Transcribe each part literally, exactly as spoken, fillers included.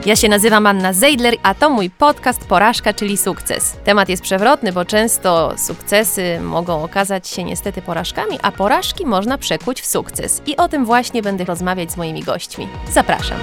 Ja się nazywam Anna Zeidler, a to mój podcast Porażka, czyli sukces. Temat jest przewrotny, bo często sukcesy mogą okazać się niestety porażkami, a porażki można przekuć w sukces. I o tym właśnie będę rozmawiać z moimi gośćmi. Zapraszam.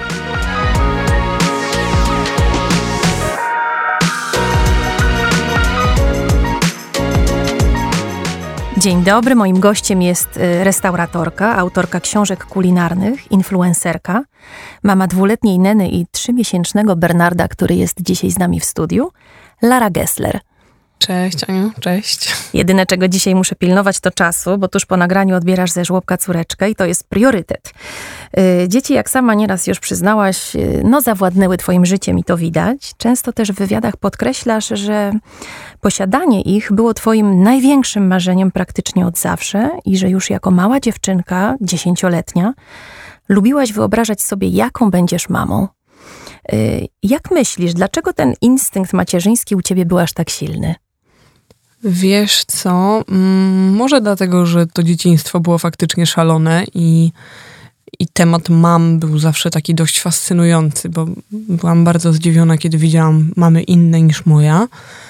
Dzień dobry, moim gościem jest restauratorka, autorka książek kulinarnych, influencerka, mama dwuletniej Neny i trzymiesięcznego Bernarda, który jest dzisiaj z nami w studiu, Lara Gessler. Cześć Aniu, cześć. Jedyne, czego dzisiaj muszę pilnować, to czasu, bo tuż po nagraniu odbierasz ze żłobka córeczkę i to jest priorytet. Dzieci, jak sama nieraz już przyznałaś, no zawładnęły twoim życiem i to widać. Często też w wywiadach podkreślasz, że posiadanie ich było twoim największym marzeniem praktycznie od zawsze i że już jako mała dziewczynka, dziesięcioletnia, lubiłaś wyobrażać sobie, jaką będziesz mamą. Jak myślisz, dlaczego ten instynkt macierzyński u ciebie był aż tak silny? Wiesz co, może dlatego, że to dzieciństwo było faktycznie szalone i, i temat mam był zawsze taki dość fascynujący, bo byłam bardzo zdziwiona, kiedy widziałam mamy inne niż moja.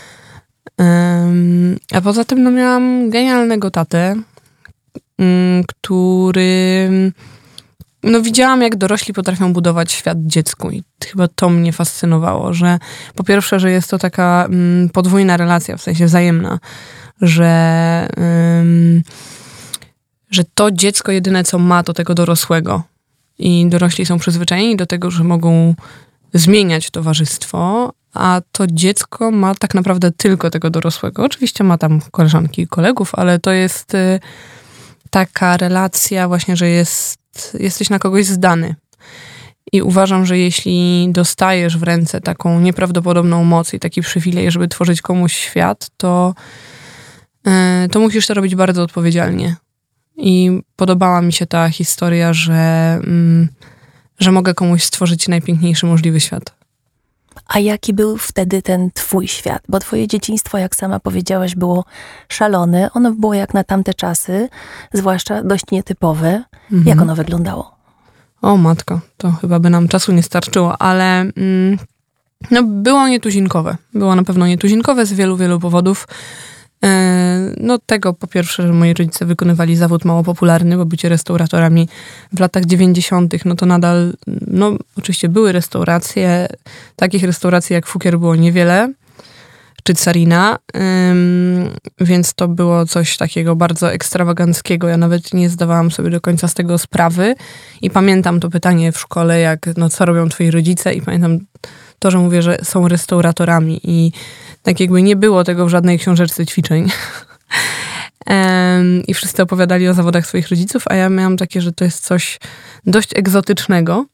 Um, a poza tym no, miałam genialnego tatę, um, który... No widziałam, jak dorośli potrafią budować świat dziecku i chyba to mnie fascynowało, że po pierwsze, że jest to taka mm, podwójna relacja, w sensie wzajemna, że, ym, że to dziecko jedyne, co ma, to tego dorosłego i dorośli są przyzwyczajeni do tego, że mogą zmieniać towarzystwo, a to dziecko ma tak naprawdę tylko tego dorosłego. Oczywiście ma tam koleżanki i kolegów, ale to jest y, taka relacja właśnie, że jest jesteś na kogoś zdany. I uważam, że jeśli dostajesz w ręce taką nieprawdopodobną moc i taki przywilej, żeby tworzyć komuś świat, to, yy, to musisz to robić bardzo odpowiedzialnie. I podobała mi się ta historia, że, yy, że mogę komuś stworzyć najpiękniejszy możliwy świat. A jaki był wtedy ten twój świat? Bo twoje dzieciństwo, jak sama powiedziałaś, było szalone. Ono było jak na tamte czasy, zwłaszcza dość nietypowe. Mhm. Jak ono wyglądało? O matko, to chyba by nam czasu nie starczyło, ale mm, no, było nietuzinkowe. Było na pewno nietuzinkowe z wielu, wielu powodów. Yy, no tego po pierwsze, że moi rodzice wykonywali zawód mało popularny, bo bycie restauratorami w latach dziewięćdziesiątych, no to nadal, no oczywiście były restauracje, takich restauracji jak Fukier było niewiele, czy Carina, yy, więc to było coś takiego bardzo ekstrawaganckiego. Ja nawet nie zdawałam sobie do końca z tego sprawy i pamiętam to pytanie w szkole, jak no co robią twoi rodzice i pamiętam to, że mówię, że są restauratorami i tak jakby nie było tego w żadnej książeczce ćwiczeń. I wszyscy opowiadali o zawodach swoich rodziców, a ja miałam takie, że to jest coś dość egzotycznego.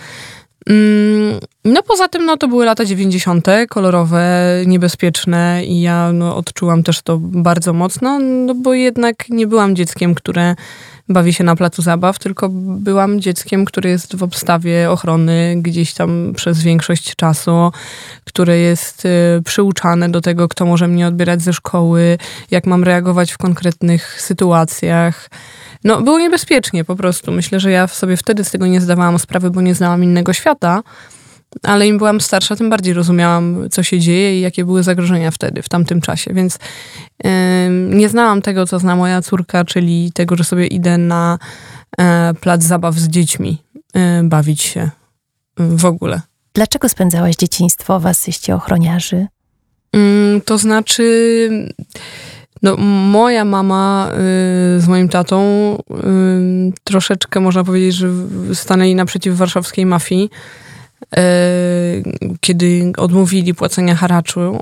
No poza tym, no to były lata dziewięćdziesiąte, kolorowe, niebezpieczne i ja no, odczułam też to bardzo mocno, no bo jednak nie byłam dzieckiem, które bawi się na placu zabaw, tylko byłam dzieckiem, które jest w obstawie ochrony gdzieś tam przez większość czasu, które jest y, przyuczane do tego, kto może mnie odbierać ze szkoły, jak mam reagować w konkretnych sytuacjach. No, było niebezpiecznie po prostu. Myślę, że ja sobie wtedy z tego nie zdawałam sprawy, bo nie znałam innego świata, ale im byłam starsza, tym bardziej rozumiałam, co się dzieje i jakie były zagrożenia wtedy, w tamtym czasie. Więc yy, nie znałam tego, co zna moja córka, czyli tego, że sobie idę na yy, plac zabaw z dziećmi, yy, bawić się yy, w ogóle. Dlaczego spędzałaś dzieciństwo w asyście ochroniarzy? Yy, to znaczy... No, moja mama y, z moim tatą y, troszeczkę, można powiedzieć, że stanęli naprzeciw warszawskiej mafii, y, kiedy odmówili płacenia haraczu y,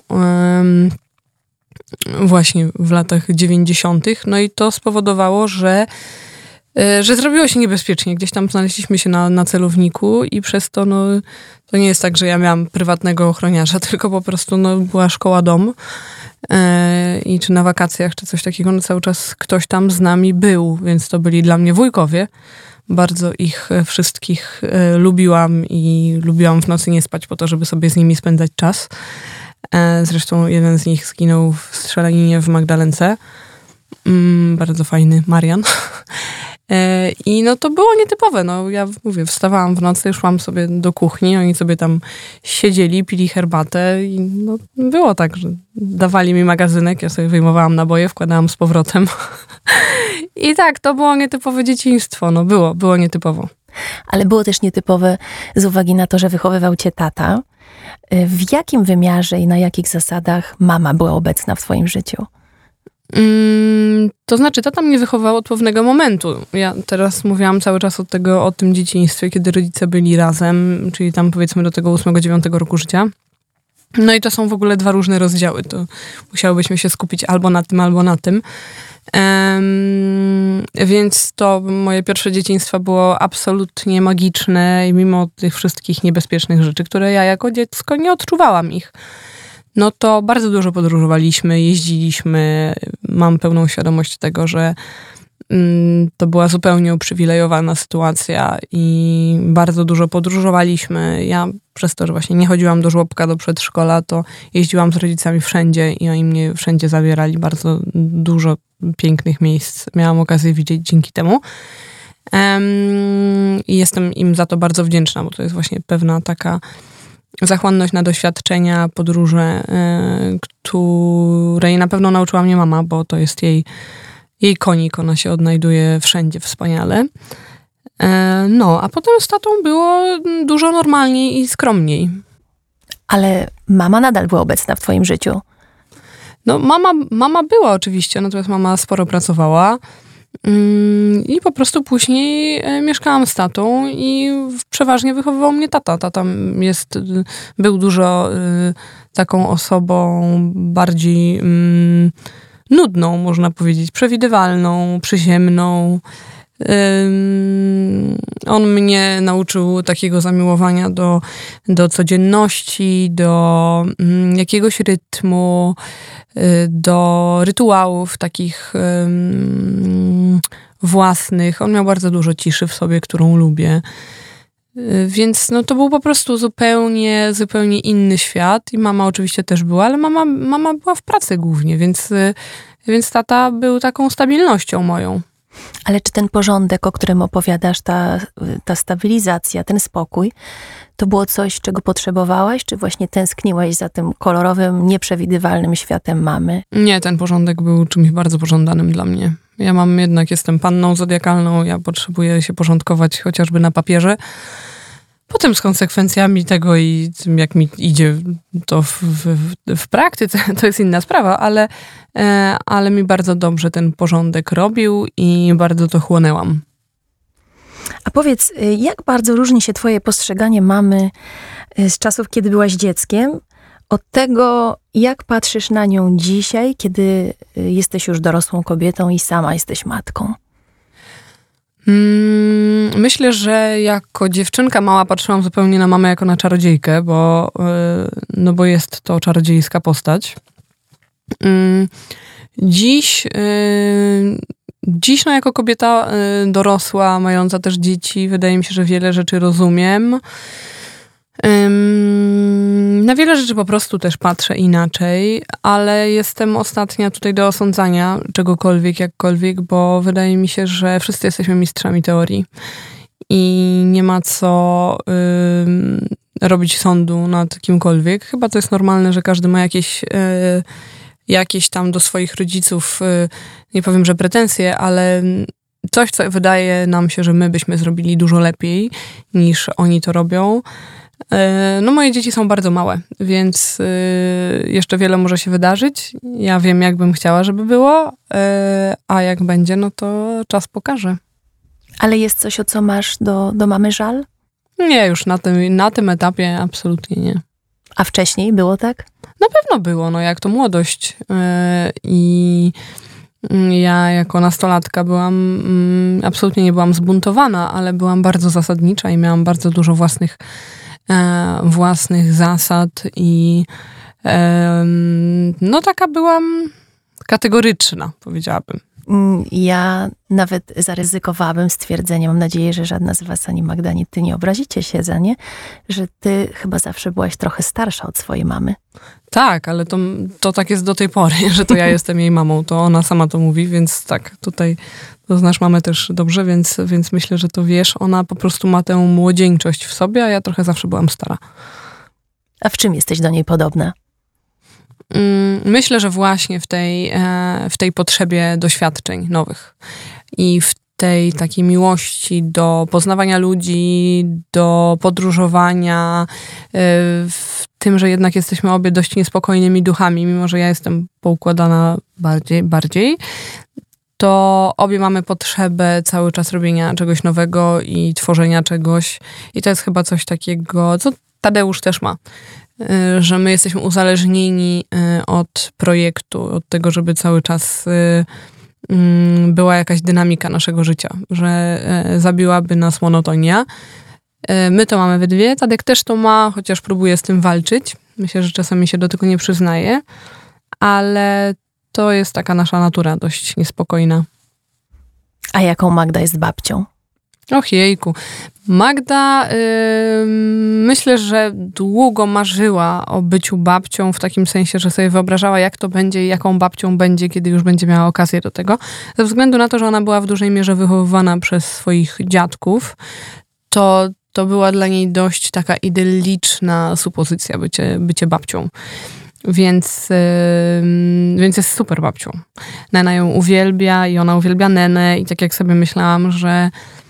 właśnie w latach dziewięćdziesiątych. No i to spowodowało, że, y, że zrobiło się niebezpiecznie. Gdzieś tam znaleźliśmy się na, na celowniku i przez to, no, to nie jest tak, że ja miałam prywatnego ochroniarza, tylko po prostu no, była szkoła-dom. I czy na wakacjach, czy coś takiego, no cały czas ktoś tam z nami był, więc to byli dla mnie wujkowie. Bardzo ich wszystkich lubiłam i lubiłam w nocy nie spać po to, żeby sobie z nimi spędzać czas. Zresztą jeden z nich zginął w strzelaninie w Magdalence. Bardzo fajny Marian. I no to było nietypowe. No, ja mówię, wstawałam w nocy, szłam sobie do kuchni, oni sobie tam siedzieli, pili herbatę i no, było tak, że dawali mi magazynek, ja sobie wyjmowałam naboje, wkładałam z powrotem. I tak, to było nietypowe dzieciństwo. No było, było nietypowo. Ale było też nietypowe z uwagi na to, że wychowywał cię tata. W jakim wymiarze i na jakich zasadach mama była obecna w twoim życiu? Mm, to znaczy, tata mnie wychował od pewnego momentu. Ja teraz mówiłam cały czas o, tego, o tym dzieciństwie, kiedy rodzice byli razem, czyli tam powiedzmy do tego ósmego, dziewiątego roku życia. No i to są w ogóle dwa różne rozdziały. To musiałybyśmy się skupić albo na tym, albo na tym. Um, więc to moje pierwsze dzieciństwo było absolutnie magiczne i mimo tych wszystkich niebezpiecznych rzeczy, które ja jako dziecko nie odczuwałam ich, no to bardzo dużo podróżowaliśmy, jeździliśmy. Mam pełną świadomość tego, że mm, to była zupełnie uprzywilejowana sytuacja i bardzo dużo podróżowaliśmy. Ja przez to, że właśnie nie chodziłam do żłobka, do przedszkola, to jeździłam z rodzicami wszędzie i oni mnie wszędzie zabierali. Bardzo dużo pięknych miejsc miałam okazję widzieć dzięki temu. Um, I jestem im za to bardzo wdzięczna, bo to jest właśnie pewna taka zachłanność na doświadczenia, podróże, y, której na pewno nauczyła mnie mama, bo to jest jej, jej konik, ona się odnajduje wszędzie wspaniale. Y, no, a potem z tatą było dużo normalniej i skromniej. Ale mama nadal była obecna w twoim życiu? No, mama, mama była oczywiście, natomiast mama sporo pracowała. I po prostu później mieszkałam z tatą i przeważnie wychowywał mnie tata. Tata jest, był dużo y, taką osobą bardziej y, nudną, można powiedzieć, przewidywalną, przyziemną. Y, on mnie nauczył takiego zamiłowania do, do codzienności, do y, jakiegoś rytmu, do rytuałów takich um, własnych. On miał bardzo dużo ciszy w sobie, którą lubię. Więc no, to był po prostu zupełnie, zupełnie inny świat. I mama oczywiście też była, ale mama, mama była w pracy głównie, więc, więc tata był taką stabilnością moją. Ale czy ten porządek, o którym opowiadasz, ta, ta stabilizacja, ten spokój, to było coś, czego potrzebowałaś, czy właśnie tęskniłaś za tym kolorowym, nieprzewidywalnym światem mamy? Nie, ten porządek był czymś bardzo pożądanym dla mnie. Ja mam jednak, jestem panną zodiakalną, ja potrzebuję się porządkować chociażby na papierze. Potem z konsekwencjami tego i tym, jak mi idzie to w, w, w praktyce, to jest inna sprawa, ale, e, ale mi bardzo dobrze ten porządek robił i bardzo to chłonęłam. A powiedz, jak bardzo różni się twoje postrzeganie mamy z czasów, kiedy byłaś dzieckiem, od tego, jak patrzysz na nią dzisiaj, kiedy jesteś już dorosłą kobietą i sama jesteś matką? Myślę, że jako dziewczynka mała patrzyłam zupełnie na mamę jako na czarodziejkę, bo, no bo jest to czarodziejska postać. Dziś, dziś no jako kobieta dorosła, mająca też dzieci, wydaje mi się, że wiele rzeczy rozumiem. Na wiele rzeczy po prostu też patrzę inaczej, ale jestem ostatnia tutaj do osądzania czegokolwiek, jakkolwiek, bo wydaje mi się, że wszyscy jesteśmy mistrzami teorii i nie ma co y, robić sądu nad kimkolwiek. Chyba to jest normalne, że każdy ma jakieś, y, jakieś tam do swoich rodziców, y, nie powiem, że pretensje, ale coś, co wydaje nam się, że my byśmy zrobili dużo lepiej niż oni to robią. No moje dzieci są bardzo małe, więc jeszcze wiele może się wydarzyć. Ja wiem, jak bym chciała, żeby było, a jak będzie, no to czas pokaże. Ale jest coś, o co masz do, do mamy żal? Nie, już na tym, na tym etapie absolutnie nie. A wcześniej było tak? Na pewno było, no jak to młodość. I ja jako nastolatka byłam, absolutnie nie byłam zbuntowana, ale byłam bardzo zasadnicza i miałam bardzo dużo własnych własnych zasad i no taka byłam kategoryczna, powiedziałabym. Ja nawet zaryzykowałabym stwierdzenie, mam nadzieję, że żadna z was, ani Magda, ani ty nie obrazicie się za nie, że ty chyba zawsze byłaś trochę starsza od swojej mamy. Tak, ale to, to tak jest do tej pory, że to ja jestem jej mamą, to ona sama to mówi, więc tak, tutaj to znasz mamę też dobrze, więc, więc myślę, że to wiesz, ona po prostu ma tę młodzieńczość w sobie, a ja trochę zawsze byłam stara. A w czym jesteś do niej podobna? Myślę, że właśnie w tej, w tej potrzebie doświadczeń nowych i w tej takiej miłości do poznawania ludzi, do podróżowania, w tym, że jednak jesteśmy obie dość niespokojnymi duchami, mimo że ja jestem poukładana bardziej, bardziej, to obie mamy potrzebę cały czas robienia czegoś nowego i tworzenia czegoś. I to jest chyba coś takiego, co Tadeusz też ma, że my jesteśmy uzależnieni od projektu, od tego, żeby cały czas była jakaś dynamika naszego życia, że zabiłaby nas monotonia. My to mamy we dwie, Tadek też to ma, chociaż próbuje z tym walczyć. Myślę, że czasami się do tego nie przyznaje, ale to jest taka nasza natura dość niespokojna. A jaką Magda jest babcią? Och jejku. Magda yy, myślę, że długo marzyła o byciu babcią, w takim sensie, że sobie wyobrażała, jak to będzie i jaką babcią będzie, kiedy już będzie miała okazję do tego. Ze względu na to, że ona była w dużej mierze wychowywana przez swoich dziadków, to, to była dla niej dość taka idylliczna supozycja bycie, bycie babcią. Więc, yy, więc jest super babcią. Nena ją uwielbia i ona uwielbia Nenę i tak jak sobie myślałam, że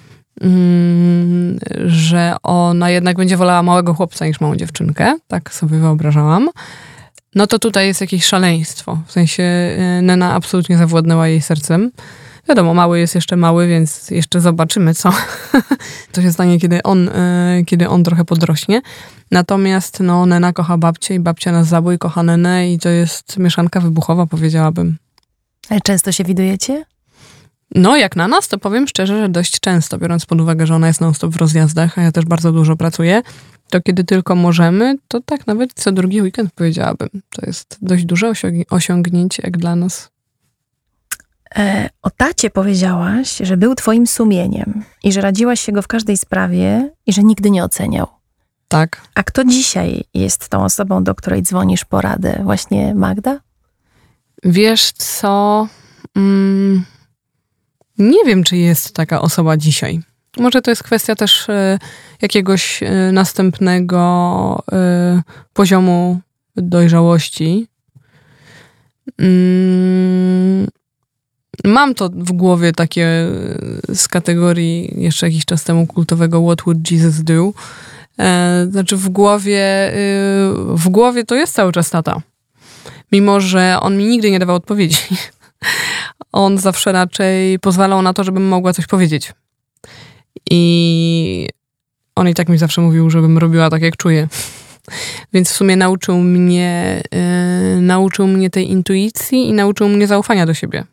że ona jednak będzie wolała małego chłopca niż małą dziewczynkę, tak sobie wyobrażałam, no to tutaj jest jakieś szaleństwo. W sensie Nena absolutnie zawładnęła jej sercem. Wiadomo, mały jest jeszcze mały, więc jeszcze zobaczymy, co to się stanie, kiedy on, kiedy on trochę podrośnie. Natomiast no, Nena kocha babcię i babcia nas zabój, kocha Nenę i to jest mieszanka wybuchowa, powiedziałabym. Ale często się widujecie? No, jak na nas, to powiem szczerze, że dość często, biorąc pod uwagę, że ona jest non-stop w rozjazdach, a ja też bardzo dużo pracuję, to kiedy tylko możemy, to tak nawet co drugi weekend powiedziałabym. To jest dość duże osiąg- osiągnięcie jak dla nas. E, o tacie powiedziałaś, że był twoim sumieniem i że radziłaś się go w każdej sprawie i że nigdy nie oceniał. Tak. A kto dzisiaj jest tą osobą, do której dzwonisz po radę? Właśnie Magda? Wiesz co... Mm... Nie wiem, czy jest taka osoba dzisiaj. Może to jest kwestia też y, jakiegoś y, następnego y, poziomu dojrzałości. Mm, mam to w głowie takie y, z kategorii jeszcze jakiś czas temu kultowego What Would Jesus Do? E, znaczy w głowie, y, w głowie to jest cały czas tata. Mimo, że on mi nigdy nie dawał odpowiedzi. On zawsze raczej pozwalał na to, żebym mogła coś powiedzieć. I on i tak mi zawsze mówił, żebym robiła tak, jak czuję. Więc w sumie nauczył mnie, yy, nauczył mnie tej intuicji i nauczył mnie zaufania do siebie.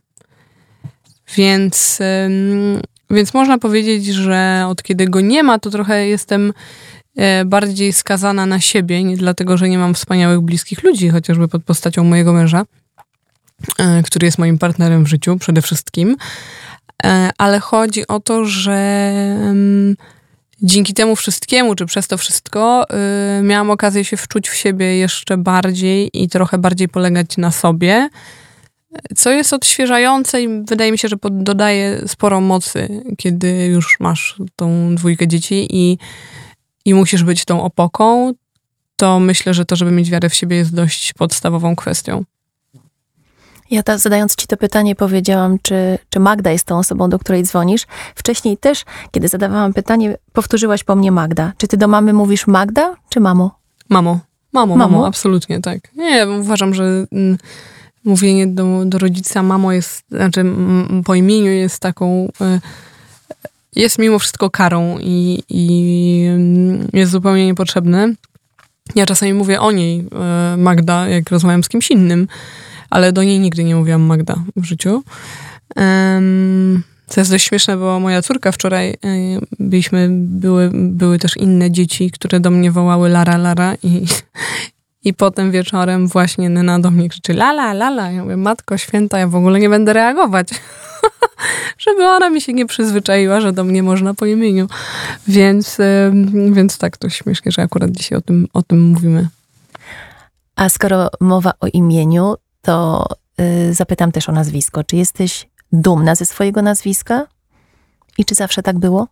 Więc, yy, więc można powiedzieć, że od kiedy go nie ma, to trochę jestem yy, bardziej skazana na siebie. Nie dlatego, że nie mam wspaniałych, bliskich ludzi, chociażby pod postacią mojego męża, który jest moim partnerem w życiu przede wszystkim, ale chodzi o to, że dzięki temu wszystkiemu, czy przez to wszystko miałam okazję się wczuć w siebie jeszcze bardziej i trochę bardziej polegać na sobie, co jest odświeżające i wydaje mi się, że dodaje sporo mocy, kiedy już masz tą dwójkę dzieci i, i musisz być tą opoką, to myślę, że to, żeby mieć wiarę w siebie jest dość podstawową kwestią. Ja ta, zadając ci to pytanie powiedziałam, czy, czy Magda jest tą osobą, do której dzwonisz. Wcześniej też, kiedy zadawałam pytanie, powtórzyłaś po mnie Magda. Czy ty do mamy mówisz Magda, czy mamo? Mamo. Mamo, mamo, mamo, absolutnie, tak. Nie, uważam, że mm, mówienie do, do rodzica mamo jest, znaczy m, po imieniu jest taką, y, jest mimo wszystko karą i, i y, jest zupełnie niepotrzebne. Ja czasami mówię o niej y, Magda, jak rozmawiam z kimś innym, ale do niej nigdy nie mówiłam Magda w życiu. Um, to jest dość śmieszne, bo moja córka wczoraj, y, byliśmy, były, były też inne dzieci, które do mnie wołały Lara, Lara i, i potem wieczorem właśnie Nena do mnie krzyczy Lala, Lala. Ja mówię, Matko Święta, ja w ogóle nie będę reagować. żeby ona mi się nie przyzwyczaiła, że do mnie można po imieniu. Więc, więc tak, to śmiesznie, że akurat dzisiaj o tym, o tym mówimy. A skoro mowa o imieniu, to yy, zapytam też o nazwisko. Czy jesteś dumna ze swojego nazwiska? I czy zawsze tak było?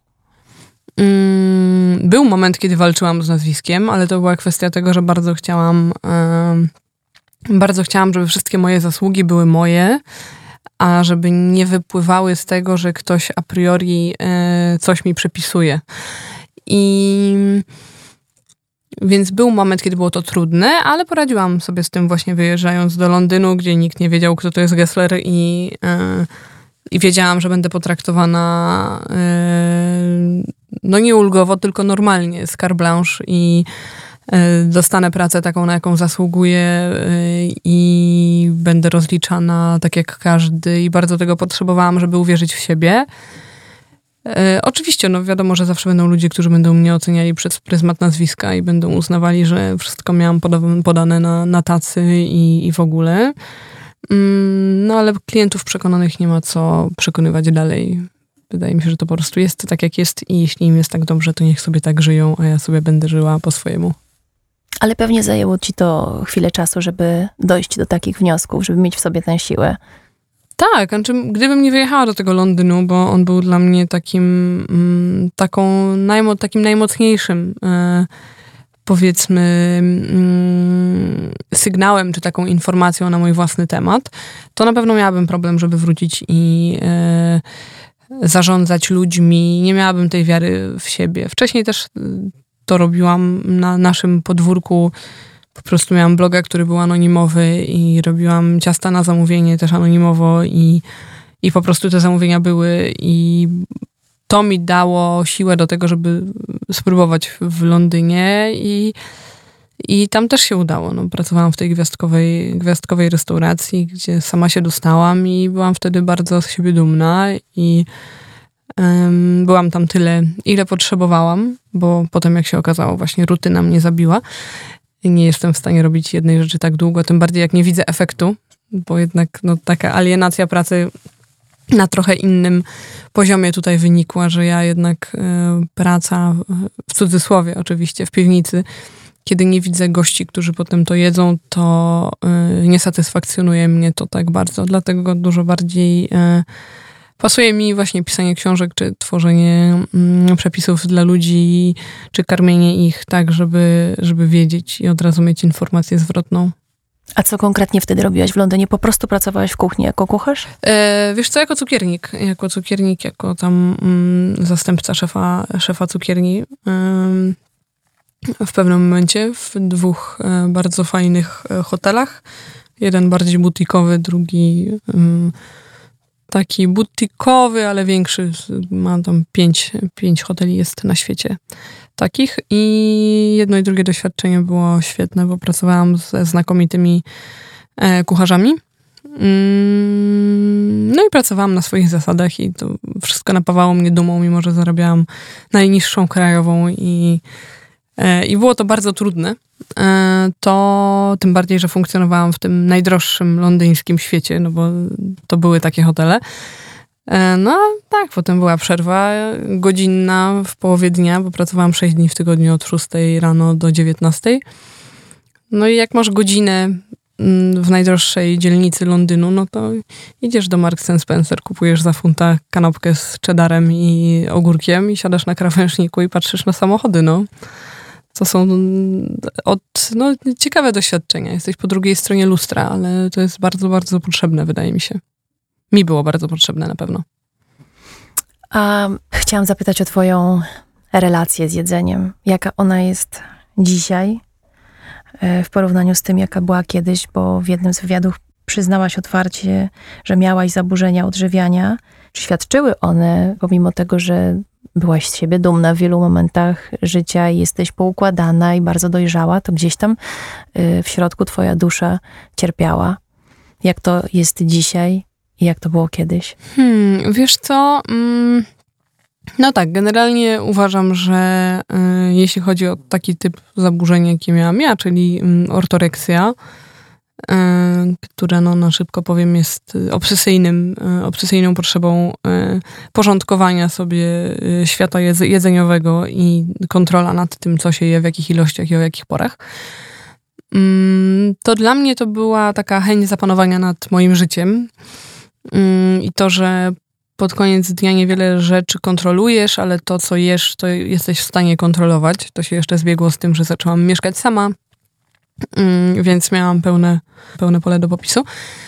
Był moment, kiedy walczyłam z nazwiskiem, ale to była kwestia tego, że bardzo chciałam, bardzo chciałam, żeby wszystkie moje zasługi były moje, a żeby nie wypływały z tego, że ktoś a priori coś mi przypisuje. I więc był moment, kiedy było to trudne, ale poradziłam sobie z tym właśnie wyjeżdżając do Londynu, gdzie nikt nie wiedział, kto to jest Gessler i I wiedziałam, że będę potraktowana yy, no nie ulgowo, tylko normalnie, z carte blanche i yy, dostanę pracę taką, na jaką zasługuję yy, i będę rozliczana tak jak każdy i bardzo tego potrzebowałam, żeby uwierzyć w siebie. Yy, oczywiście, no wiadomo, że zawsze będą ludzie, którzy będą mnie oceniali przez pryzmat nazwiska i będą uznawali, że wszystko miałam poda- podane na, na tacy i, i w ogóle. No ale klientów przekonanych nie ma co przekonywać dalej. Wydaje mi się, że to po prostu jest tak, jak jest i jeśli im jest tak dobrze, to niech sobie tak żyją, a ja sobie będę żyła po swojemu. Ale pewnie zajęło ci to chwilę czasu, żeby dojść do takich wniosków, żeby mieć w sobie tę siłę. Tak, znaczy, gdybym nie wyjechała do tego Londynu, bo on był dla mnie takim, taką, najmo, takim najmocniejszym e, powiedzmy mm, sygnałem, czy taką informacją na mój własny temat, to na pewno miałabym problem, żeby wrócić i e, zarządzać ludźmi. Nie miałabym tej wiary w siebie. Wcześniej też to robiłam na naszym podwórku. Po prostu miałam bloga, który był anonimowy i robiłam ciasta na zamówienie też anonimowo i, i po prostu te zamówienia były i to mi dało siłę do tego, żeby spróbować w Londynie i, i tam też się udało. No, pracowałam w tej gwiazdkowej, gwiazdkowej restauracji, gdzie sama się dostałam i byłam wtedy bardzo z siebie dumna i um, byłam tam tyle, ile potrzebowałam, bo potem jak się okazało, właśnie rutyna mnie zabiła i nie jestem w stanie robić jednej rzeczy tak długo, tym bardziej jak nie widzę efektu, bo jednak no, taka alienacja pracy na trochę innym poziomie tutaj wynikła, że ja jednak y, praca, w cudzysłowie oczywiście, w piwnicy, kiedy nie widzę gości, którzy potem to jedzą, to y, nie satysfakcjonuje mnie to tak bardzo. Dlatego dużo bardziej y, pasuje mi właśnie pisanie książek, czy tworzenie y, przepisów dla ludzi, czy karmienie ich tak, żeby, żeby wiedzieć i od razu mieć informację zwrotną. A co konkretnie wtedy robiłaś w Londynie? Po prostu pracowałaś w kuchni jako kucharz? E, wiesz co, jako cukiernik. Jako cukiernik, jako tam mm, zastępca szefa, szefa cukierni. Ym, w pewnym momencie w dwóch e, bardzo fajnych e, hotelach. Jeden bardziej butikowy, drugi ym, taki butikowy, ale większy. Ma tam pięć, pięć hoteli jest na świecie takich i jedno i drugie doświadczenie było świetne, bo pracowałam ze znakomitymi e, kucharzami. Mm, no i pracowałam na swoich zasadach i to wszystko napawało mnie dumą, mimo że zarabiałam najniższą krajową i, e, i było to bardzo trudne. E, to tym bardziej, że funkcjonowałam w tym najdroższym londyńskim świecie, no bo to były takie hotele. No tak, potem była przerwa godzinna w połowie dnia, bo pracowałam sześć dni w tygodniu od szóstej rano do dziewiętnastej. No i jak masz godzinę w najdroższej dzielnicy Londynu, no to idziesz do Marks and Spencer, kupujesz za funta kanapkę z cheddarem i ogórkiem i siadasz na krawężniku i patrzysz na samochody, no. To są od, no, ciekawe doświadczenia. Jesteś po drugiej stronie lustra, ale to jest bardzo, bardzo potrzebne, wydaje mi się. Mi było bardzo potrzebne na pewno. A chciałam zapytać o twoją relację z jedzeniem. Jaka ona jest dzisiaj w porównaniu z tym, jaka była kiedyś, bo w jednym z wywiadów przyznałaś otwarcie, że miałaś zaburzenia odżywiania. Czy świadczyły one, pomimo tego, że byłaś z siebie dumna w wielu momentach życia i jesteś poukładana i bardzo dojrzała, to gdzieś tam w środku twoja dusza cierpiała? Jak to jest dzisiaj? I jak to było kiedyś? Hmm, wiesz co? Mm, no tak, generalnie uważam, że y, jeśli chodzi o taki typ zaburzenia, jakie miałam ja, czyli y, ortoreksja, która, no, no szybko powiem, jest obsesyjnym, obsesyjną potrzebą porządkowania sobie świata jedzeniowego i kontrola nad tym, co się je, w jakich ilościach i o jakich porach. To dla mnie to była taka chęć zapanowania nad moim życiem i to, że pod koniec dnia niewiele rzeczy kontrolujesz, ale to, co jesz, to jesteś w stanie kontrolować. To się jeszcze zbiegło z tym, że zaczęłam mieszkać sama, więc miałam pełne, pełne pole do popisu.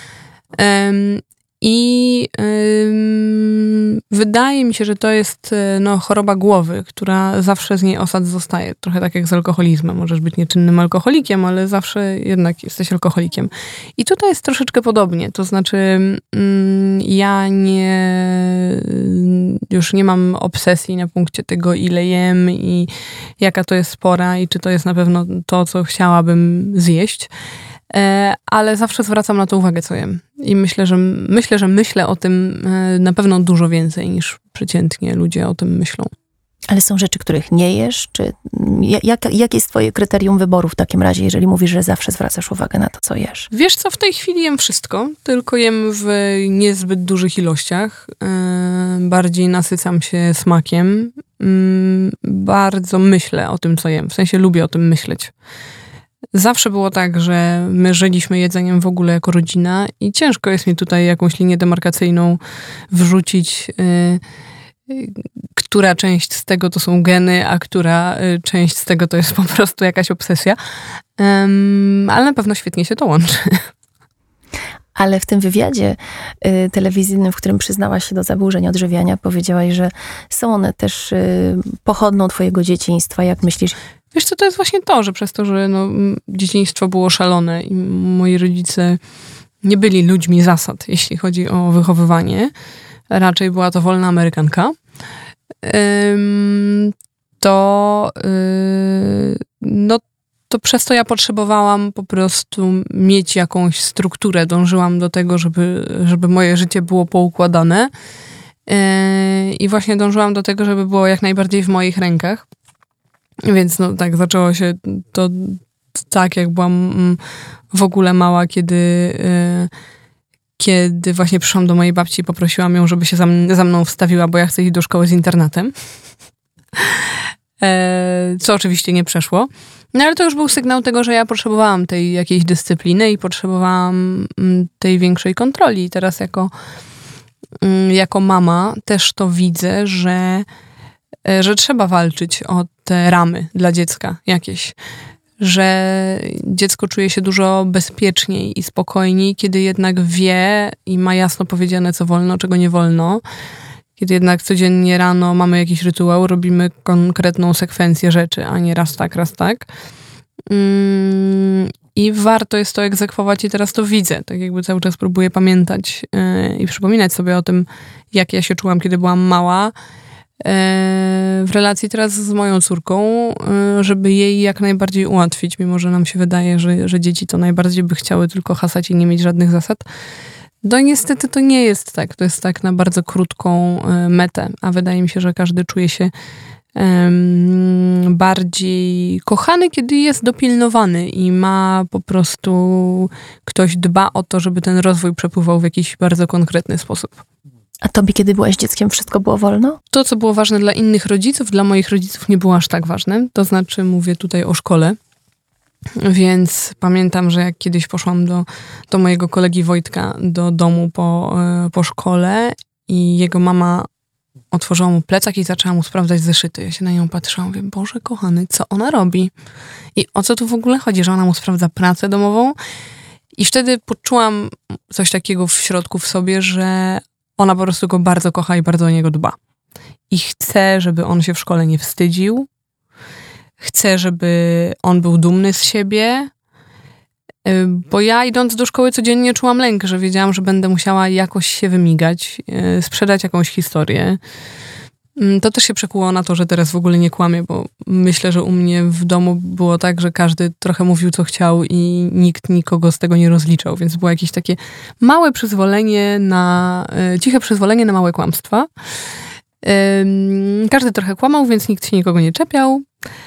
I ym, wydaje mi się, że to jest no, choroba głowy, która zawsze z niej osad zostaje. Trochę tak jak z alkoholizmem. Możesz być nieczynnym alkoholikiem, ale zawsze jednak jesteś alkoholikiem. I tutaj jest troszeczkę podobnie. To znaczy ym, ja nie już nie mam obsesji na punkcie tego, ile jem i jaka to jest pora i czy to jest na pewno to, co chciałabym zjeść. Ale zawsze zwracam na to uwagę, co jem. I myślę, że myślę, że myślę o tym na pewno dużo więcej niż przeciętnie ludzie o tym myślą. Ale są rzeczy, których nie jesz? Czy jak, jakie jest twoje kryterium wyboru w takim razie, jeżeli mówisz, że zawsze zwracasz uwagę na to, co jesz? Wiesz co, w tej chwili jem wszystko, tylko jem w niezbyt dużych ilościach. Bardziej nasycam się smakiem. Bardzo myślę o tym, co jem. W sensie lubię o tym myśleć. Zawsze było tak, że my żyliśmy jedzeniem w ogóle jako rodzina i ciężko jest mi tutaj jakąś linię demarkacyjną wrzucić, yy, yy, która część z tego to są geny, a która yy, część z tego to jest po prostu jakaś obsesja. Yy, ale na pewno świetnie się to łączy. Ale w tym wywiadzie y, telewizyjnym, w którym przyznałaś się do zaburzeń odżywiania, powiedziałaś, że są one też y, pochodną twojego dzieciństwa. Jak myślisz? Wiesz co, to jest właśnie to, że przez to, że no, dzieciństwo było szalone i moi rodzice nie byli ludźmi zasad, jeśli chodzi o wychowywanie. Raczej była to wolna Amerykanka. Ym, to yy, no to przez to ja potrzebowałam po prostu mieć jakąś strukturę. Dążyłam do tego, żeby, żeby moje życie było poukładane. Yy, I właśnie dążyłam do tego, żeby było jak najbardziej w moich rękach. Więc no tak, zaczęło się to tak, jak byłam w ogóle mała, kiedy, yy, kiedy właśnie przyszłam do mojej babci i poprosiłam ją, żeby się za, m- za mną wstawiła, bo ja chcę iść do szkoły z internatem. e, co oczywiście nie przeszło. No ale to już był sygnał tego, że ja potrzebowałam tej jakiejś dyscypliny i potrzebowałam tej większej kontroli. I teraz jako, jako mama też to widzę, że że trzeba walczyć o te ramy dla dziecka jakieś. Że dziecko czuje się dużo bezpieczniej i spokojniej, kiedy jednak wie i ma jasno powiedziane, co wolno, czego nie wolno. Kiedy jednak codziennie rano mamy jakiś rytuał, robimy konkretną sekwencję rzeczy, a nie raz tak, raz tak. I warto jest to egzekwować i teraz to widzę. Tak jakby cały czas próbuję pamiętać i przypominać sobie o tym, jak ja się czułam, kiedy byłam mała, w relacji teraz z moją córką, żeby jej jak najbardziej ułatwić, mimo że nam się wydaje, że, że dzieci to najbardziej by chciały tylko hasać i nie mieć żadnych zasad. No niestety to nie jest tak. To jest tak na bardzo krótką metę, a wydaje mi się, że każdy czuje się um, bardziej kochany, kiedy jest dopilnowany i ma po prostu ktoś dba o to, żeby ten rozwój przepływał w jakiś bardzo konkretny sposób. A tobie, kiedy byłaś dzieckiem, wszystko było wolno? To, co było ważne dla innych rodziców, dla moich rodziców nie było aż tak ważne. To znaczy, mówię tutaj o szkole. Więc pamiętam, że jak kiedyś poszłam do, do mojego kolegi Wojtka do domu po, po szkole i jego mama otworzyła mu plecak i zaczęła mu sprawdzać zeszyty. Ja się na nią patrzyłam, mówię, Boże kochany, co ona robi? I o co tu w ogóle chodzi, że ona mu sprawdza pracę domową? I wtedy poczułam coś takiego w środku w sobie, że ona po prostu go bardzo kocha i bardzo o niego dba. I chce, żeby on się w szkole nie wstydził. Chcę, żeby on był dumny z siebie, bo ja idąc do szkoły codziennie czułam lęk, że wiedziałam, że będę musiała jakoś się wymigać, sprzedać jakąś historię. To też się przekuło na to, że teraz w ogóle nie kłamię, bo myślę, że u mnie w domu było tak, że każdy trochę mówił, co chciał i nikt nikogo z tego nie rozliczał, więc było jakieś takie małe przyzwolenie na, ciche przyzwolenie na małe kłamstwa. Każdy trochę kłamał, więc nikt się nikogo nie czepiał.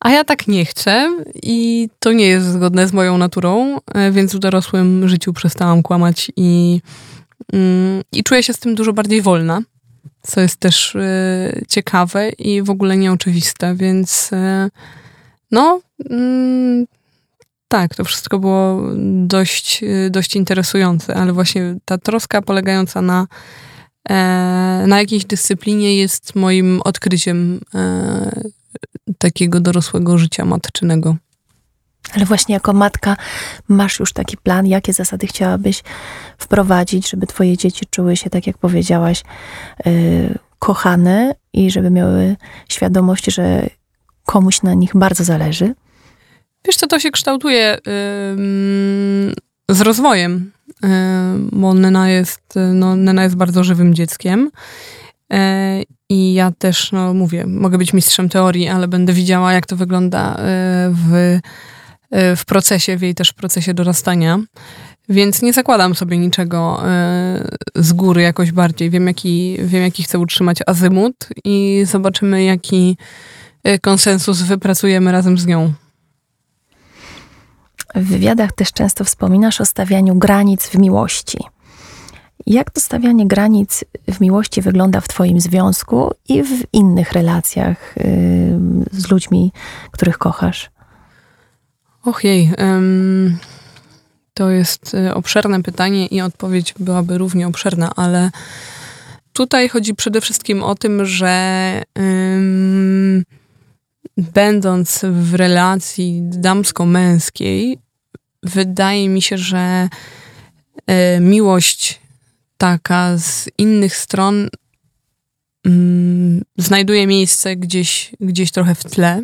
A ja tak nie chcę i to nie jest zgodne z moją naturą, więc w dorosłym życiu przestałam kłamać i, i czuję się z tym dużo bardziej wolna, co jest też ciekawe i w ogóle nieoczywiste, więc no tak, to wszystko było dość, dość interesujące, ale właśnie ta troska polegająca na na jakiejś dyscyplinie jest moim odkryciem takiego dorosłego życia matczynego. Ale właśnie jako matka masz już taki plan, jakie zasady chciałabyś wprowadzić, żeby twoje dzieci czuły się, tak jak powiedziałaś, yy, kochane i żeby miały świadomość, że komuś na nich bardzo zależy? Wiesz co, to się kształtuje yy, z rozwojem, yy, bo Nena jest, no, Nena jest bardzo żywym dzieckiem. I ja też, no mówię, mogę być mistrzem teorii, ale będę widziała, jak to wygląda w, w procesie, w jej też procesie dorastania. Więc nie zakładam sobie niczego z góry jakoś bardziej. Wiem, jaki, wiem, jaki chcę utrzymać azymut i zobaczymy, jaki konsensus wypracujemy razem z nią. W wywiadach też często wspominasz o stawianiu granic w miłości. Jak to stawianie granic w miłości wygląda w twoim związku i w innych relacjach yy, z ludźmi, których kochasz? Och jej, ym, to jest obszerne pytanie i odpowiedź byłaby równie obszerna, ale tutaj chodzi przede wszystkim o tym, że ym, będąc w relacji damsko-męskiej, wydaje mi się, że y, miłość taka z innych stron mm, znajduje miejsce gdzieś, gdzieś trochę w tle,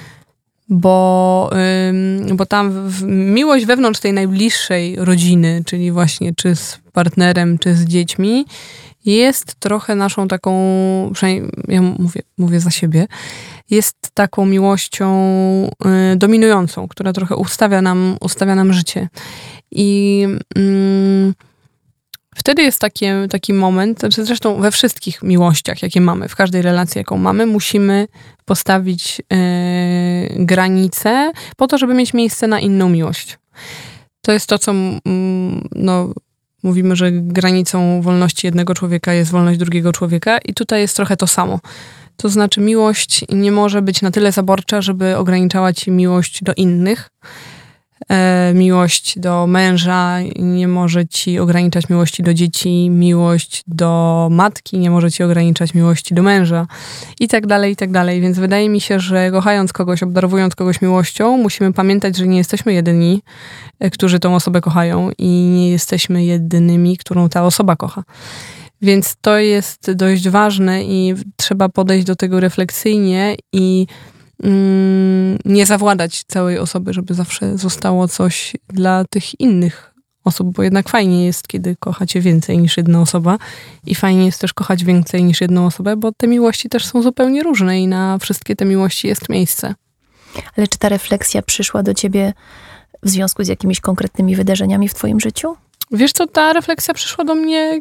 bo, ym, bo tam w, miłość wewnątrz tej najbliższej rodziny, czyli właśnie czy z partnerem, czy z dziećmi, jest trochę naszą taką, przynajmniej ja mówię, mówię za siebie, jest taką miłością y, dominującą, która trochę ustawia nam, ustawia nam życie. I y, wtedy jest taki, taki moment, zresztą we wszystkich miłościach, jakie mamy, w każdej relacji, jaką mamy, musimy postawić y, granice po to, żeby mieć miejsce na inną miłość. To jest to, co mm, no, mówimy, że granicą wolności jednego człowieka jest wolność drugiego człowieka i tutaj jest trochę to samo. To znaczy miłość nie może być na tyle zaborcza, żeby ograniczała ci miłość do innych. E, miłość do męża nie może ci ograniczać miłości do dzieci, miłość do matki nie może ci ograniczać miłości do męża i tak dalej, i tak dalej. Więc wydaje mi się, że kochając kogoś, obdarowując kogoś miłością, musimy pamiętać, że nie jesteśmy jedyni, którzy tą osobę kochają i nie jesteśmy jedynymi, którą ta osoba kocha. Więc to jest dość ważne i trzeba podejść do tego refleksyjnie i mm, nie zawładać całej osoby, żeby zawsze zostało coś dla tych innych osób, bo jednak fajnie jest, kiedy kochacie więcej niż jedna osoba i fajnie jest też kochać więcej niż jedną osobę, bo te miłości też są zupełnie różne i na wszystkie te miłości jest miejsce. Ale czy ta refleksja przyszła do ciebie w związku z jakimiś konkretnymi wydarzeniami w twoim życiu? Wiesz co, ta refleksja przyszła do mnie,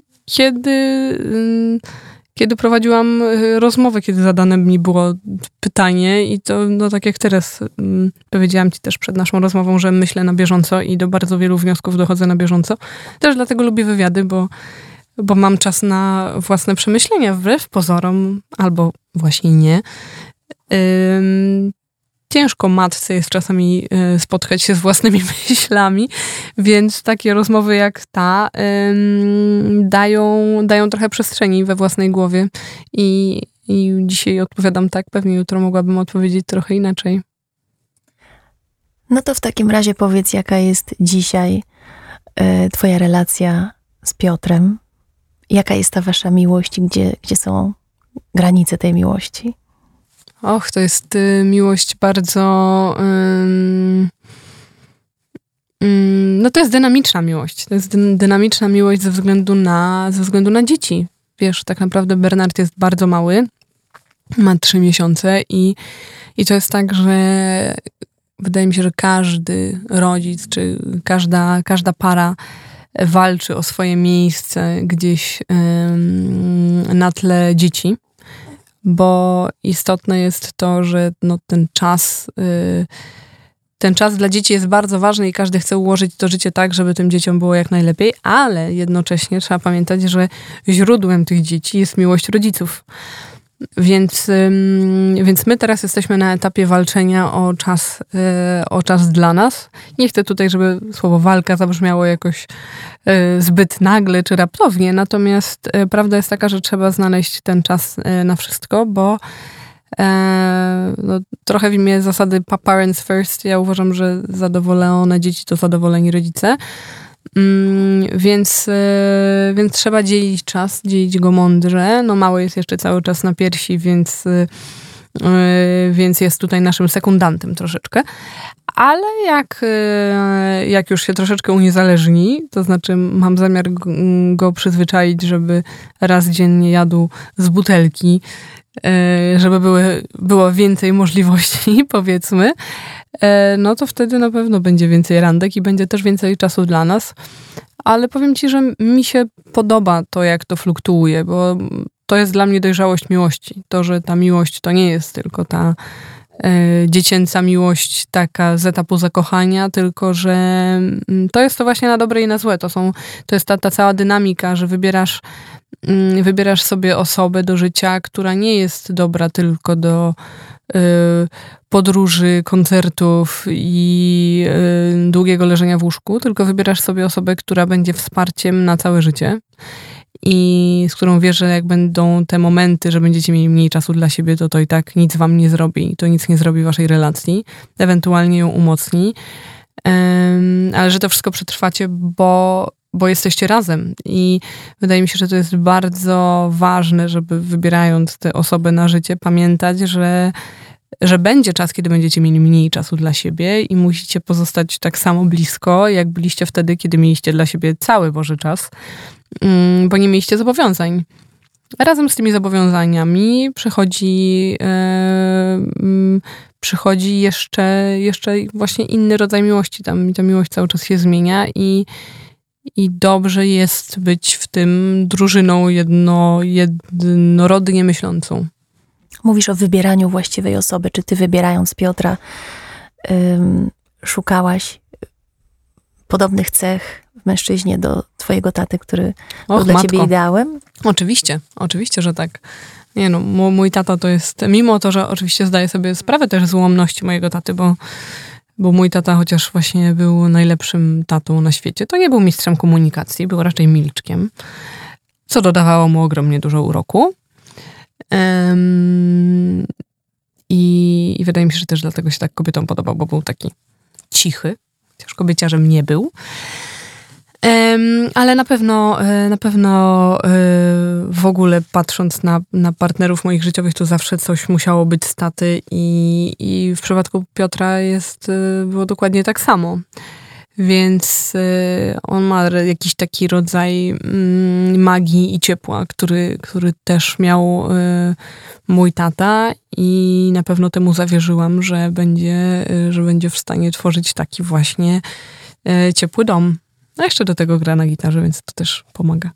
kiedy, kiedy prowadziłam rozmowę, kiedy zadane mi było pytanie i to, no tak jak teraz powiedziałam ci też przed naszą rozmową, że myślę na bieżąco i do bardzo wielu wniosków dochodzę na bieżąco. Też dlatego lubię wywiady, bo, bo mam czas na własne przemyślenia wbrew pozorom, albo właśnie nie. Ym, Ciężko matce jest czasami spotkać się z własnymi myślami, więc takie rozmowy jak ta ym, dają, dają trochę przestrzeni we własnej głowie i, i dzisiaj odpowiadam tak, pewnie jutro mogłabym odpowiedzieć trochę inaczej. No to w takim razie powiedz, jaka jest dzisiaj y, twoja relacja z Piotrem? Jaka jest ta wasza miłość i gdzie, gdzie są granice tej miłości? Och, to jest y, miłość bardzo... Ym, ym, no to jest dynamiczna miłość. To jest dy, dynamiczna miłość ze względu na, ze względu na dzieci. Wiesz, tak naprawdę Bernard jest bardzo mały. Ma trzy miesiące i, i to jest tak, że wydaje mi się, że każdy rodzic, czy każda, każda para walczy o swoje miejsce gdzieś ym, na tle dzieci. bo istotne jest to, że no, ten czas... Yy, Ten czas dla dzieci jest bardzo ważny i każdy chce ułożyć to życie tak, żeby tym dzieciom było jak najlepiej, ale jednocześnie trzeba pamiętać, że źródłem tych dzieci jest miłość rodziców. Więc, więc my teraz jesteśmy na etapie walczenia o czas, o czas dla nas. Nie chcę tutaj, żeby słowo walka zabrzmiało jakoś zbyt nagle czy raptownie, natomiast prawda jest taka, że trzeba znaleźć ten czas na wszystko, bo no, trochę w imię zasady parents first. Ja uważam, że zadowolone dzieci to zadowoleni rodzice. Mm, więc, y, więc trzeba dzielić czas, dzielić go mądrze. No mały jest jeszcze cały czas na piersi, więc, y, y, więc jest tutaj naszym sekundantem troszeczkę. Ale jak, y, jak już się troszeczkę uniezależni, to znaczy mam zamiar go, go przyzwyczaić, żeby raz dziennie jadł z butelki, żeby były, było więcej możliwości, powiedzmy, no to wtedy na pewno będzie więcej randek i będzie też więcej czasu dla nas. Ale powiem ci, że mi się podoba to, jak to fluktuuje, bo to jest dla mnie dojrzałość miłości. To, że ta miłość to nie jest tylko ta e, dziecięca miłość taka z etapu zakochania, tylko że to jest to właśnie na dobre i na złe. To, są, to jest ta, ta cała dynamika, że wybierasz Wybierasz sobie osobę do życia, która nie jest dobra tylko do y, podróży, koncertów i y, długiego leżenia w łóżku, tylko wybierasz sobie osobę, która będzie wsparciem na całe życie i z którą wiesz, że jak będą te momenty, że będziecie mieli mniej czasu dla siebie, to to i tak nic wam nie zrobi. To nic nie zrobi waszej relacji. Ewentualnie ją umocni. Um, ale że to wszystko przetrwacie, bo bo jesteście razem i wydaje mi się, że to jest bardzo ważne, żeby wybierając tę osobę na życie, pamiętać, że, że będzie czas, kiedy będziecie mieli mniej czasu dla siebie i musicie pozostać tak samo blisko, jak byliście wtedy, kiedy mieliście dla siebie cały Boży czas, bo nie mieliście zobowiązań. Razem z tymi zobowiązaniami przychodzi, e, przychodzi jeszcze, jeszcze właśnie inny rodzaj miłości. Tam ta miłość cały czas się zmienia i I dobrze jest być w tym drużyną jedno, jednorodnie myślącą. Mówisz o wybieraniu właściwej osoby. Czy ty, wybierając Piotra, ym, szukałaś podobnych cech w mężczyźnie do twojego taty, który Och, był dla matko. ciebie ideałem? Oczywiście, oczywiście, że tak. Nie no, mój tata to jest, mimo to, że oczywiście zdaję sobie sprawę też z ułomności mojego taty, bo Bo mój tata, chociaż właśnie był najlepszym tatą na świecie, to nie był mistrzem komunikacji, był raczej milczkiem, co dodawało mu ogromnie dużo uroku. Um, i, I wydaje mi się, że też dlatego się tak kobietom podobał, bo był taki cichy, chociaż kobieciarzem nie był. Um, ale na pewno, na pewno y, w ogóle patrząc na, na partnerów moich życiowych, to zawsze coś musiało być z taty i, i w przypadku Piotra jest, y, było dokładnie tak samo. Więc y, on ma jakiś taki rodzaj y, magii i ciepła, który, który też miał y, mój tata i na pewno temu zawierzyłam, że będzie, y, że będzie w stanie tworzyć taki właśnie y, ciepły dom. No jeszcze do tego gra na gitarze, więc to też pomaga.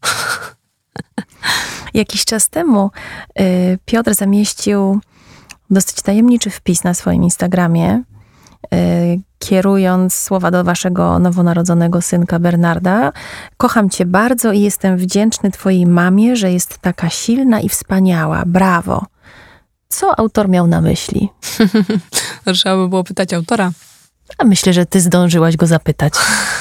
Jakiś czas temu y, Piotr zamieścił dosyć tajemniczy wpis na swoim Instagramie, y, kierując słowa do waszego nowonarodzonego synka Bernarda. Kocham cię bardzo i jestem wdzięczny twojej mamie, że jest taka silna i wspaniała. Brawo. Co autor miał na myśli? Trzeba by było pytać autora. A myślę, że ty zdążyłaś go zapytać.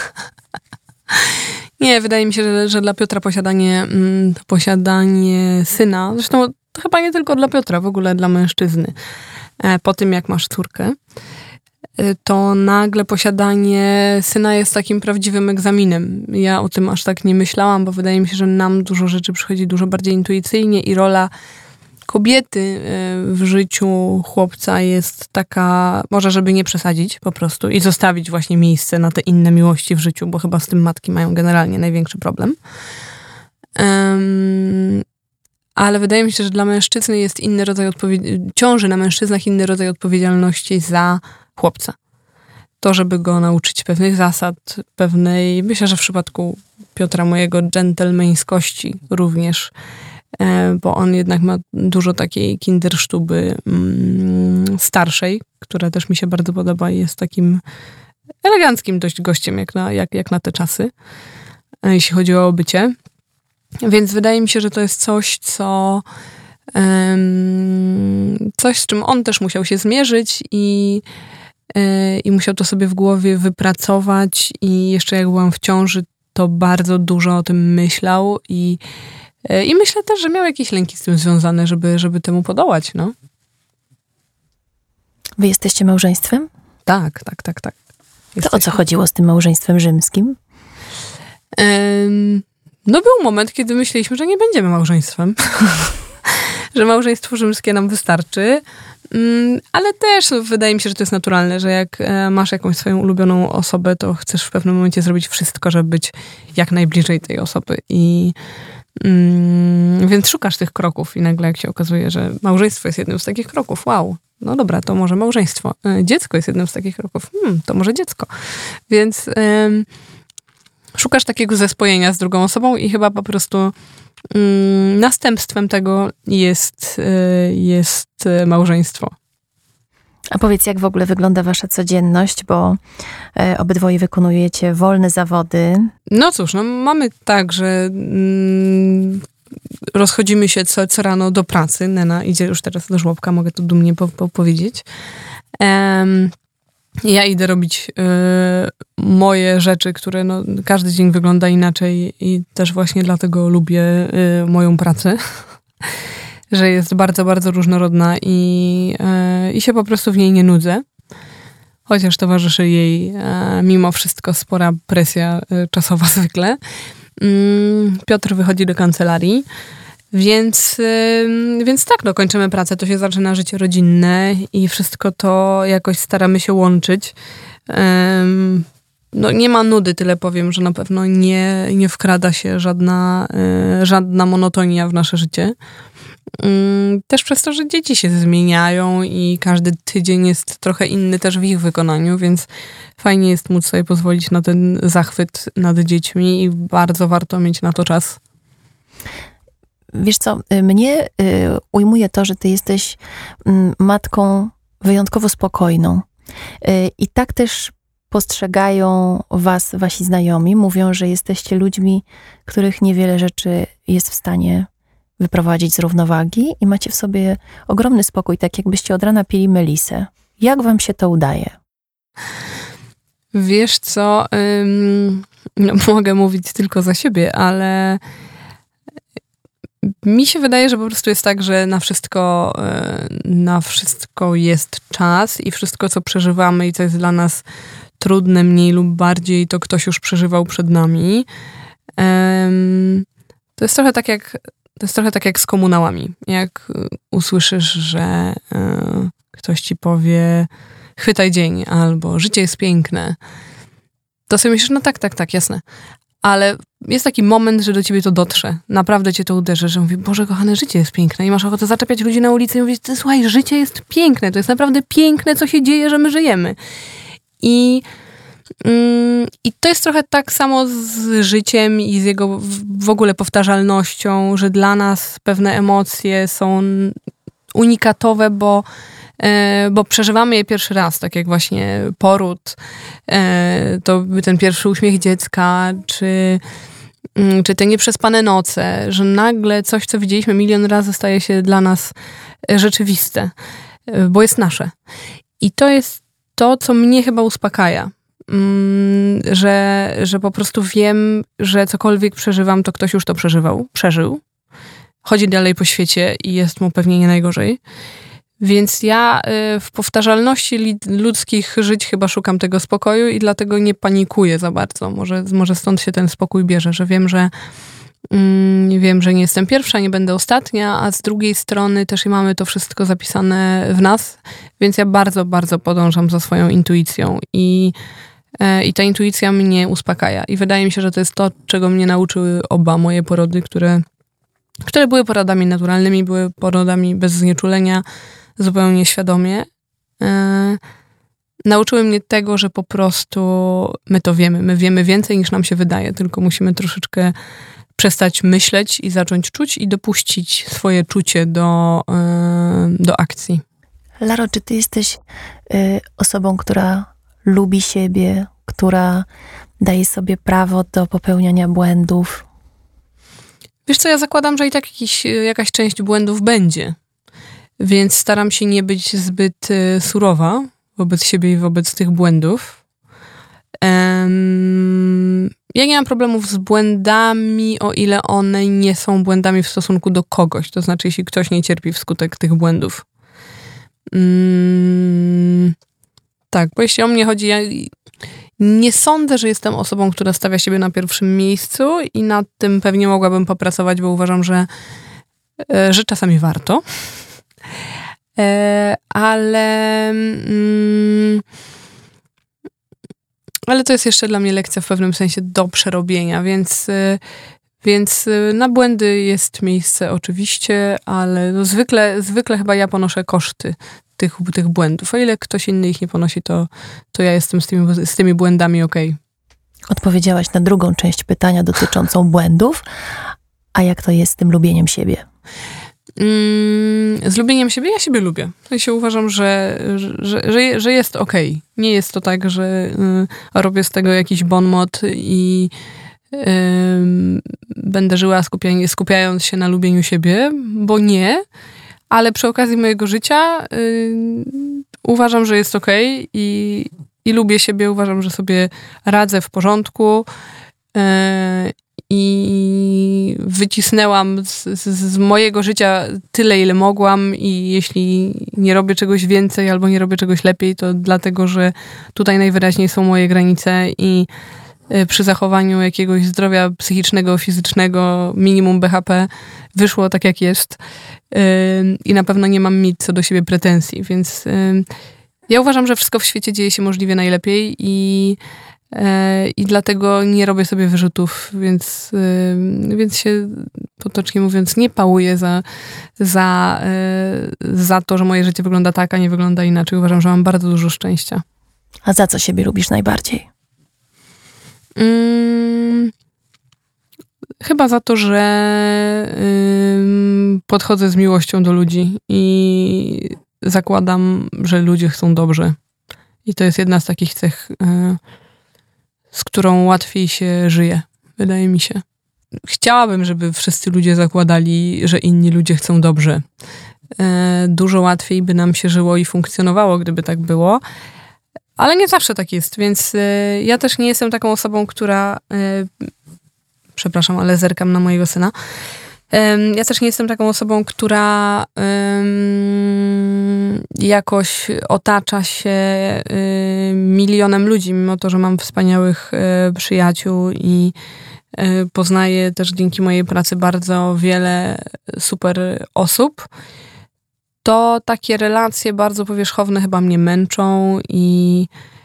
Nie, wydaje mi się, że, że dla Piotra posiadanie, mm, posiadanie syna, zresztą to chyba nie tylko dla Piotra, w ogóle dla mężczyzny, e, po tym jak masz córkę, e, to nagle posiadanie syna jest takim prawdziwym egzaminem. Ja o tym aż tak nie myślałam, bo wydaje mi się, że nam dużo rzeczy przychodzi dużo bardziej intuicyjnie i rola kobiety w życiu chłopca jest taka, może żeby nie przesadzić po prostu i zostawić właśnie miejsce na te inne miłości w życiu, bo chyba z tym matki mają generalnie największy problem. Um, ale wydaje mi się, że dla mężczyzny jest inny rodzaj odpowiedzialności, ciąży na mężczyznach inny rodzaj odpowiedzialności za chłopca. To, żeby go nauczyć pewnych zasad, pewnej, myślę, że w przypadku Piotra mojego dżentelmeńskości również, bo on jednak ma dużo takiej kindersztuby starszej, która też mi się bardzo podoba i jest takim eleganckim dość gościem jak na, jak, jak na te czasy, jeśli chodzi o bycie. Więc wydaje mi się, że to jest coś, co coś, z czym on też musiał się zmierzyć i, i musiał to sobie w głowie wypracować i jeszcze jak byłam w ciąży, to bardzo dużo o tym myślał i, i myślę też, że miał jakieś lęki z tym związane, żeby, żeby temu podołać, no. Wy jesteście małżeństwem? Tak, tak, tak, tak. Jesteśmy. To o co chodziło z tym małżeństwem rzymskim? Ym, no był moment, kiedy myśleliśmy, że nie będziemy małżeństwem. Że małżeństwo rzymskie nam wystarczy. Ym, ale też no, wydaje mi się, że to jest naturalne, że jak e, masz jakąś swoją ulubioną osobę, to chcesz w pewnym momencie zrobić wszystko, żeby być jak najbliżej tej osoby. I ym, więc szukasz tych kroków i nagle jak się okazuje, że małżeństwo jest jednym z takich kroków. Wow. No dobra, to może małżeństwo. Dziecko jest jednym z takich kroków. Hmm, to może dziecko. Więc ym, szukasz takiego zespojenia z drugą osobą i chyba po prostu ym, następstwem tego jest, y, jest małżeństwo. A powiedz, jak w ogóle wygląda wasza codzienność, bo e, obydwoje wykonujecie wolne zawody. No cóż, no mamy tak, że mm, rozchodzimy się co, co rano do pracy. Nena idzie już teraz do żłobka, mogę to dumnie po, po, powiedzieć. Um, ja idę robić y, moje rzeczy, które no, każdy dzień wygląda inaczej i też właśnie dlatego lubię y, moją pracę. Że jest bardzo, bardzo różnorodna i, y, i się po prostu w niej nie nudzę. Chociaż towarzyszy jej y, mimo wszystko spora presja y, czasowa zwykle. Piotr wychodzi do kancelarii, więc, więc tak, no, kończymy pracę, to się zaczyna życie rodzinne i wszystko to jakoś staramy się łączyć. No nie ma nudy, tyle powiem, że na pewno nie, nie wkrada się żadna, żadna monotonia w nasze życie. Też przez to, że dzieci się zmieniają i każdy tydzień jest trochę inny też w ich wykonaniu, więc fajnie jest móc sobie pozwolić na ten zachwyt nad dziećmi i bardzo warto mieć na to czas. Wiesz co, mnie y, ujmuje to, że ty jesteś y, matką wyjątkowo spokojną. Y, I tak też postrzegają was wasi znajomi. Mówią, że jesteście ludźmi, których niewiele rzeczy jest w stanie wyprowadzić z równowagi i macie w sobie ogromny spokój, tak jakbyście od rana pili melisę. Jak wam się to udaje? Wiesz co, ym, no, mogę mówić tylko za siebie, ale mi się wydaje, że po prostu jest tak, że na wszystko, na wszystko jest czas i wszystko, co przeżywamy i co jest dla nas trudne, mniej lub bardziej, to ktoś już przeżywał przed nami. Ym, to jest trochę tak jak To jest trochę tak jak z komunałami. Jak usłyszysz, że y, ktoś ci powie chwytaj dzień, albo życie jest piękne, to sobie myślisz, no tak, tak, tak, jasne. Ale jest taki moment, że do ciebie to dotrze. Naprawdę cię to uderzy, że mówi, Boże kochane, życie jest piękne. I masz ochotę zaczepiać ludzi na ulicy i mówić, słuchaj, życie jest piękne. To jest naprawdę piękne, co się dzieje, że my żyjemy. I I to jest trochę tak samo z życiem i z jego w ogóle powtarzalnością, że dla nas pewne emocje są unikatowe, bo, bo przeżywamy je pierwszy raz, tak jak właśnie poród, to ten pierwszy uśmiech dziecka, czy, czy te nieprzespane noce, że nagle coś, co widzieliśmy milion razy, staje się dla nas rzeczywiste, bo jest nasze. I to jest to, co mnie chyba uspokaja. Że, że po prostu wiem, że cokolwiek przeżywam, to ktoś już to przeżywał, przeżył. Chodzi dalej po świecie i jest mu pewnie nie najgorzej. Więc ja w powtarzalności ludzkich żyć chyba szukam tego spokoju i dlatego nie panikuję za bardzo. Może, może stąd się ten spokój bierze, że wiem, że mm, wiem, że nie jestem pierwsza, nie będę ostatnia, a z drugiej strony też mamy to wszystko zapisane w nas, więc ja bardzo, bardzo podążam za swoją intuicją i I ta intuicja mnie uspokaja. I wydaje mi się, że to jest to, czego mnie nauczyły oba moje porody, które, które były porodami naturalnymi, były porodami bez znieczulenia, zupełnie świadomie. E, nauczyły mnie tego, że po prostu my to wiemy. My wiemy więcej niż nam się wydaje, tylko musimy troszeczkę przestać myśleć i zacząć czuć i dopuścić swoje czucie do, do akcji. Laro, czy ty jesteś y, osobą, która lubi siebie, która daje sobie prawo do popełniania błędów? Wiesz co, ja zakładam, że i tak jakiś, jakaś część błędów będzie. Więc staram się nie być zbyt y, surowa wobec siebie i wobec tych błędów. Um, ja nie mam problemów z błędami, o ile one nie są błędami w stosunku do kogoś. To znaczy, jeśli ktoś nie cierpi wskutek tych błędów. Um, tak, bo jeśli o mnie chodzi, ja nie sądzę, że jestem osobą, która stawia siebie na pierwszym miejscu i nad tym pewnie mogłabym popracować, bo uważam, że, że czasami warto. Ale... Mm, ale to jest jeszcze dla mnie lekcja w pewnym sensie do przerobienia, więc, więc na błędy jest miejsce oczywiście, ale no zwykle, zwykle chyba ja ponoszę koszty tych, tych błędów. O ile ktoś inny ich nie ponosi, to, to ja jestem z tymi, z tymi błędami okej. Odpowiedziałaś na drugą część pytania dotyczącą błędów, a jak to jest z tym lubieniem siebie? Z lubieniem siebie, ja siebie lubię. Ja się uważam, że, że, że, że jest okej. Okay. Nie jest to tak, że y, robię z tego jakiś bon mot i y, będę żyła skupia, skupiając się na lubieniu siebie, bo nie, ale przy okazji mojego życia y, uważam, że jest okej okay i, i lubię siebie, uważam, że sobie radzę w porządku y, i wycisnęłam z, z, z mojego życia tyle, ile mogłam i jeśli nie robię czegoś więcej albo nie robię czegoś lepiej, to dlatego, że tutaj najwyraźniej są moje granice i przy zachowaniu jakiegoś zdrowia psychicznego, fizycznego, minimum B H P wyszło tak, jak jest i na pewno nie mam mieć co do siebie pretensji, więc ja uważam, że wszystko w świecie dzieje się możliwie najlepiej i I dlatego nie robię sobie wyrzutów, więc, więc się potocznie mówiąc nie pałuję za, za, za to, że moje życie wygląda tak, a nie wygląda inaczej. Uważam, że mam bardzo dużo szczęścia. A za co siebie lubisz najbardziej? Hmm, chyba za to, że ym, podchodzę z miłością do ludzi i zakładam, że ludzie chcą dobrze. I to jest jedna z takich cech, yy, z którą łatwiej się żyje, wydaje mi się. Chciałabym, żeby wszyscy ludzie zakładali, że inni ludzie chcą dobrze. E, dużo łatwiej by nam się żyło i funkcjonowało, gdyby tak było. Ale nie zawsze tak jest, więc e, ja też nie jestem taką osobą, która... E, przepraszam, ale zerkam na mojego syna. E, ja też nie jestem taką osobą, która e, jakoś otacza się e, milionem ludzi, mimo to, że mam wspaniałych e, przyjaciół i e, poznaję też dzięki mojej pracy bardzo wiele super osób, to takie relacje bardzo powierzchowne chyba mnie męczą i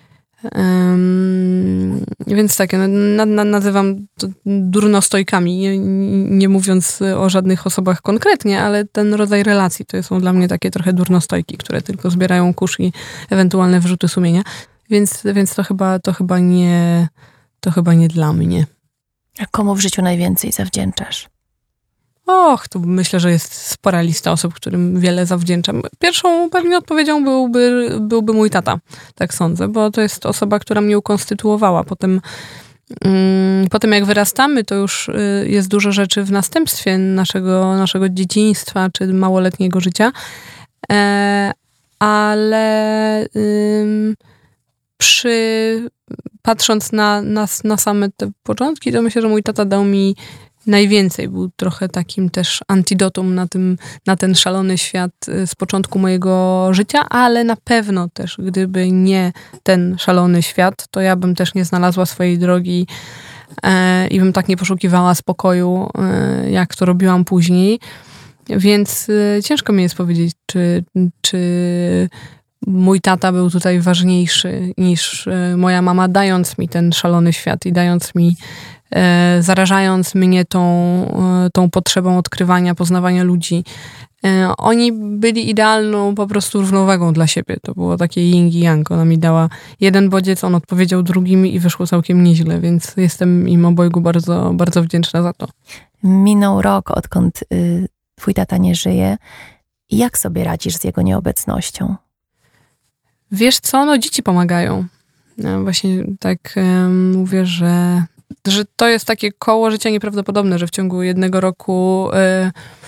um, więc tak, na, na, nazywam to durnostojkami, nie, nie mówiąc o żadnych osobach konkretnie, ale ten rodzaj relacji to są dla mnie takie trochę durnostojki, które tylko zbierają kurz i ewentualne wyrzuty sumienia. Więc, więc to chyba, to chyba nie, to chyba nie dla mnie. A komu w życiu najwięcej zawdzięczasz? Och, to myślę, że jest spora lista osób, którym wiele zawdzięczam. Pierwszą pewnie odpowiedzią byłby, byłby mój tata, tak sądzę, bo to jest osoba, która mnie ukonstytuowała. Potem, um, potem jak wyrastamy, to już y, jest dużo rzeczy w następstwie naszego, naszego dzieciństwa czy małoletniego życia, e, ale... Y, Przy, patrząc na, na, na same te początki, to myślę, że mój tata dał mi najwięcej. Był trochę takim też antidotum na, tym, na ten szalony świat z początku mojego życia, ale na pewno też, gdyby nie ten szalony świat, to ja bym też nie znalazła swojej drogi e, i bym tak nie poszukiwała spokoju, e, jak to robiłam później. Więc e, ciężko mi jest powiedzieć, czy... czy mój tata był tutaj ważniejszy niż moja mama, dając mi ten szalony świat i dając mi e, zarażając mnie tą, e, tą potrzebą odkrywania, poznawania ludzi. E, oni byli idealną po prostu równowagą dla siebie. To było takie yin i yang. Ona mi dała jeden bodziec, on odpowiedział drugim i wyszło całkiem nieźle, więc jestem im obojgu bardzo, bardzo wdzięczna za to. Minął rok, odkąd y, twój tata nie żyje. Jak sobie radzisz z jego nieobecnością? Wiesz co? No dzieci pomagają. Ja właśnie tak um, mówię, że, że to jest takie koło życia nieprawdopodobne, że w ciągu jednego roku y,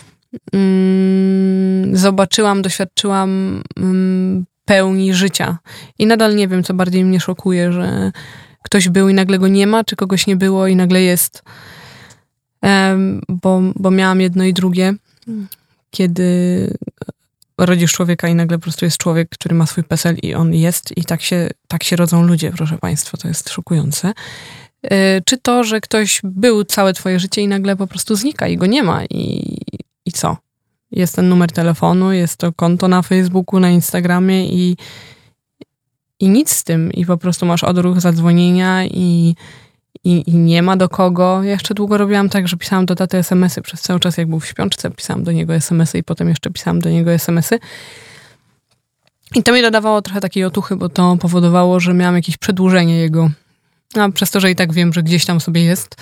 y, zobaczyłam, doświadczyłam y, pełni życia. I nadal nie wiem, co bardziej mnie szokuje, że ktoś był i nagle go nie ma, czy kogoś nie było i nagle jest. Um, bo, bo miałam jedno i drugie. Kiedy rodzisz człowieka i nagle po prostu jest człowiek, który ma swój PESEL i on jest i tak się, tak się rodzą ludzie, proszę państwa, to jest szokujące. Yy, czy to, że ktoś był całe twoje życie i nagle po prostu znika i go nie ma i, i co? Jest ten numer telefonu, jest to konto na Facebooku, na Instagramie i, i nic z tym. I po prostu masz odruch zadzwonienia i I, I nie ma do kogo. Ja jeszcze długo robiłam tak, że pisałam do taty es em esy przez cały czas, jak był w śpiączce. Pisałam do niego es em esy i potem jeszcze pisałam do niego es em esy. I to mi dodawało trochę takiej otuchy, bo to powodowało, że miałam jakieś przedłużenie jego. A przez to, że i tak wiem, że gdzieś tam sobie jest,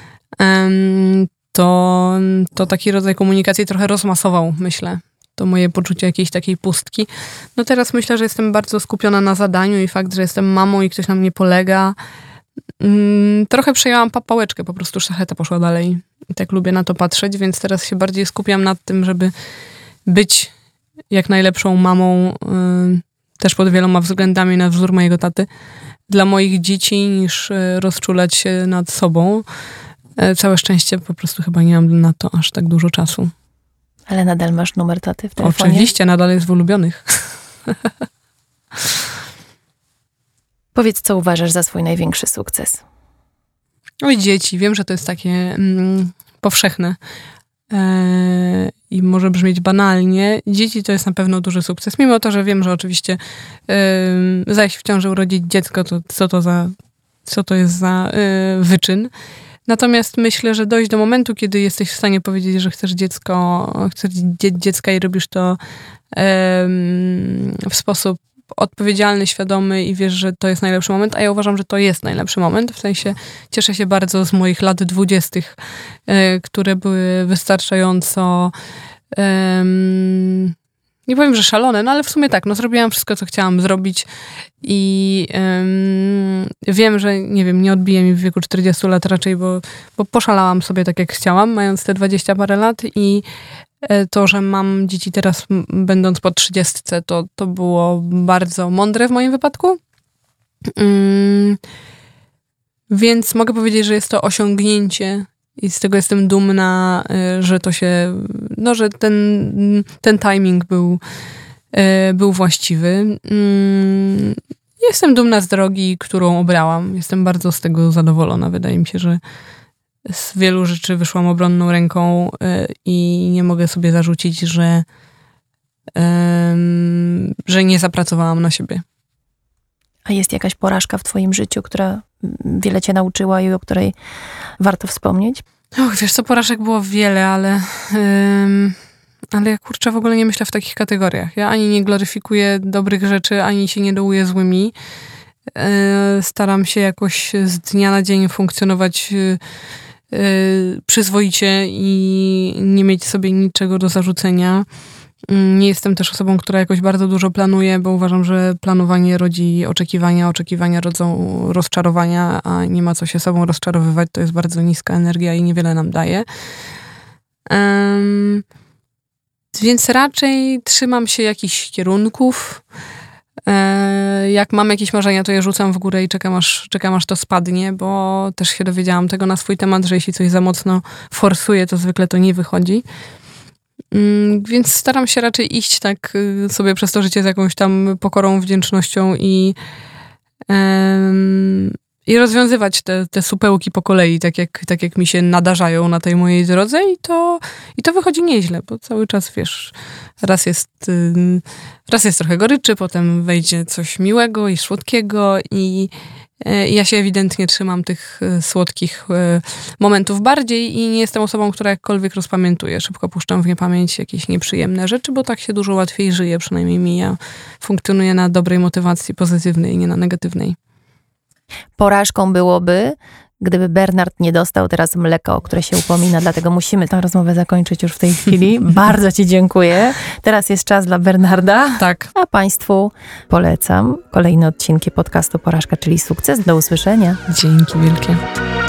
to, to taki rodzaj komunikacji trochę rozmasował, myślę. To moje poczucie jakiejś takiej pustki. No teraz myślę, że jestem bardzo skupiona na zadaniu i fakt, że jestem mamą i ktoś na mnie polega. Trochę przejęłam pałeczkę, po prostu sztafeta poszła dalej. I tak lubię na to patrzeć, więc teraz się bardziej skupiam nad tym, żeby być jak najlepszą mamą, yy, też pod wieloma względami na wzór mojego taty, dla moich dzieci, niż yy, rozczulać się nad sobą. Yy, całe szczęście po prostu chyba nie mam na to aż tak dużo czasu. Ale nadal masz numer taty w telefonie? Oczywiście, nadal jest w ulubionych. Powiedz, co uważasz za swój największy sukces? Oj, dzieci. Wiem, że to jest takie mm, powszechne eee, i może brzmieć banalnie. Dzieci to jest na pewno duży sukces. Mimo to, że wiem, że oczywiście e, zajść w ciąży, urodzić dziecko, to co to za, co to jest za e, wyczyn. Natomiast myślę, że dojść do momentu, kiedy jesteś w stanie powiedzieć, że chcesz dziecko, chcesz dzie- dziecka i robisz to e, w sposób odpowiedzialny, świadomy i wiesz, że to jest najlepszy moment, a ja uważam, że to jest najlepszy moment. W sensie cieszę się bardzo z moich lat dwudziestych, e, które były wystarczająco e, nie powiem, że szalone, no ale w sumie tak, no zrobiłam wszystko, co chciałam zrobić i e, wiem, że nie wiem, nie odbiję mi w wieku czterdziestu lat raczej, bo, bo poszalałam sobie tak, jak chciałam, mając te dwadzieścia parę lat i to, że mam dzieci teraz będąc po trzydziestce, to, to było bardzo mądre w moim wypadku. Mm, więc mogę powiedzieć, że jest to osiągnięcie i z tego jestem dumna, że to się, no, że ten, ten timing był, był właściwy. Mm, jestem dumna z drogi, którą obrałam. Jestem bardzo z tego zadowolona. Wydaje mi się, że z wielu rzeczy wyszłam obronną ręką y, i nie mogę sobie zarzucić, że, y, że nie zapracowałam na siebie. A jest jakaś porażka w twoim życiu, która wiele cię nauczyła i o której warto wspomnieć? Och, wiesz co, porażek było wiele, ale, y, ale ja kurczę w ogóle nie myślę w takich kategoriach. Ja ani nie gloryfikuję dobrych rzeczy, ani się nie dołuję złymi. Y, staram się jakoś z dnia na dzień funkcjonować y, Yy, przyzwoicie i nie mieć sobie niczego do zarzucenia. Yy, nie jestem też osobą, która jakoś bardzo dużo planuje, bo uważam, że planowanie rodzi oczekiwania, oczekiwania rodzą rozczarowania, a nie ma co się sobą rozczarowywać. To jest bardzo niska energia i niewiele nam daje. Yy, więc raczej trzymam się jakichś kierunków. Jak mam jakieś marzenia, to je rzucam w górę i czekam aż, czekam aż to spadnie, bo też się dowiedziałam tego na swój temat, że jeśli coś za mocno forsuję, to zwykle to nie wychodzi. Więc staram się raczej iść tak sobie przez to życie z jakąś tam pokorą, wdzięcznością i, um, i rozwiązywać te, te supełki po kolei, tak jak, tak jak mi się nadarzają na tej mojej drodze i to, i to wychodzi nieźle, bo cały czas, wiesz, raz jest, raz jest trochę goryczy, potem wejdzie coś miłego i słodkiego i, Ja się ewidentnie trzymam tych słodkich momentów bardziej i nie jestem osobą, która jakkolwiek rozpamiętuje. Szybko puszczam w niepamięć jakieś nieprzyjemne rzeczy, bo tak się dużo łatwiej żyje, przynajmniej mi. Ja funkcjonuję na dobrej motywacji pozytywnej, nie na negatywnej. Porażką byłoby, gdyby Bernard nie dostał teraz mleka, o które się upomina, dlatego musimy tę rozmowę zakończyć już w tej chwili. Bardzo ci dziękuję. Teraz jest czas dla Bernarda. Tak. A państwu polecam kolejne odcinki podcastu Porażka, czyli sukces. Do usłyszenia. Dzięki wielkie.